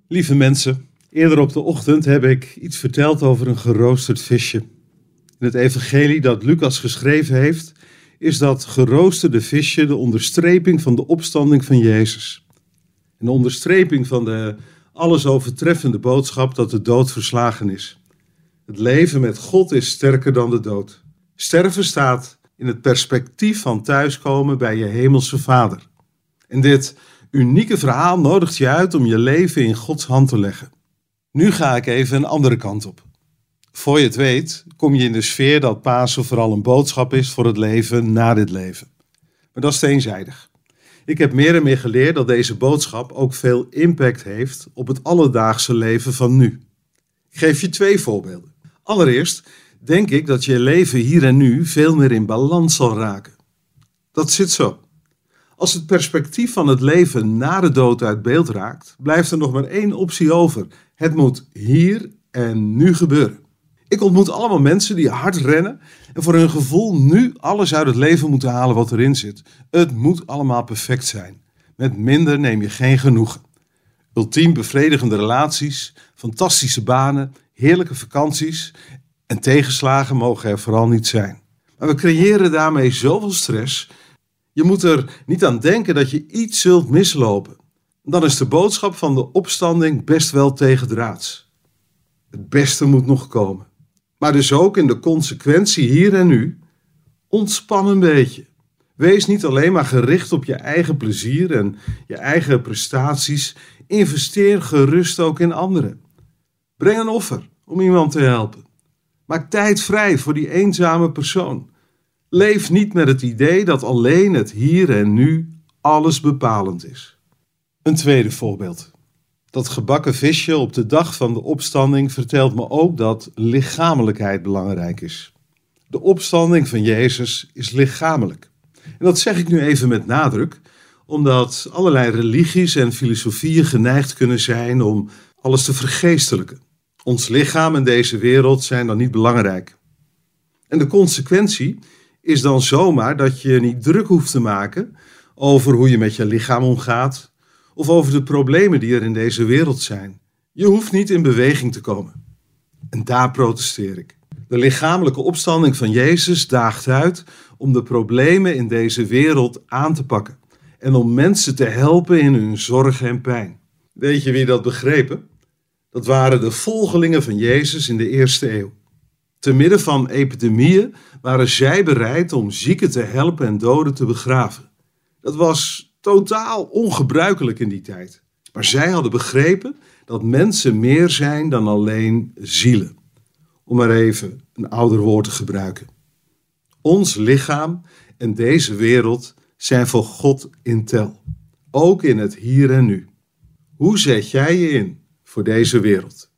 Lieve mensen, eerder op de ochtend heb ik iets verteld over een geroosterd visje. In het evangelie dat Lucas geschreven heeft, is dat geroosterde visje de onderstreping van de opstanding van Jezus. En de onderstreping van de alles overtreffende boodschap dat de dood verslagen is. Het leven met God is sterker dan de dood. Sterven staat in het perspectief van thuiskomen bij je hemelse Vader. En dit unieke verhaal nodigt je uit om je leven in Gods hand te leggen. Nu ga ik even een andere kant op. Voor je het weet, kom je in de sfeer dat Pasen vooral een boodschap is voor het leven na dit leven. Maar dat is te eenzijdig. Ik heb meer en meer geleerd dat deze boodschap ook veel impact heeft op het alledaagse leven van nu. Ik geef je 2 voorbeelden. Allereerst denk ik dat je leven hier en nu veel meer in balans zal raken. Dat zit zo. Als het perspectief van het leven na de dood uit beeld raakt, blijft er nog maar 1 optie over. Het moet hier en nu gebeuren. Ik ontmoet allemaal mensen die hard rennen en voor hun gevoel nu alles uit het leven moeten halen wat erin zit. Het moet allemaal perfect zijn. Met minder neem je geen genoegen. Ultiem bevredigende relaties, fantastische banen, heerlijke vakanties en tegenslagen mogen er vooral niet zijn. Maar we creëren daarmee zoveel stress. Je moet er niet aan denken dat je iets zult mislopen. Dan is de boodschap van de opstanding best wel tegendraads. Het beste moet nog komen. Maar dus ook in de consequentie hier en nu, ontspan een beetje. Wees niet alleen maar gericht op je eigen plezier en je eigen prestaties. Investeer gerust ook in anderen. Breng een offer om iemand te helpen. Maak tijd vrij voor die eenzame persoon. Leef niet met het idee dat alleen het hier en nu alles bepalend is. Een tweede voorbeeld. Dat gebakken visje op de dag van de opstanding vertelt me ook dat lichamelijkheid belangrijk is. De opstanding van Jezus is lichamelijk. En dat zeg ik nu even met nadruk, omdat allerlei religies en filosofieën geneigd kunnen zijn om alles te vergeestelijken. Ons lichaam en deze wereld zijn dan niet belangrijk. En de consequentie is dan zomaar dat je niet druk hoeft te maken over hoe je met je lichaam omgaat of over de problemen die er in deze wereld zijn. Je hoeft niet in beweging te komen. En daar protesteer ik. De lichamelijke opstanding van Jezus daagt uit om de problemen in deze wereld aan te pakken en om mensen te helpen in hun zorgen en pijn. Weet je wie dat begrepen? Dat waren de volgelingen van Jezus in de eerste eeuw. Te midden van epidemieën waren zij bereid om zieken te helpen en doden te begraven. Dat was totaal ongebruikelijk in die tijd. Maar zij hadden begrepen dat mensen meer zijn dan alleen zielen. Om maar even een ouder woord te gebruiken. Ons lichaam en deze wereld zijn voor God in tel. Ook in het hier en nu. Hoe zet jij je in voor deze wereld?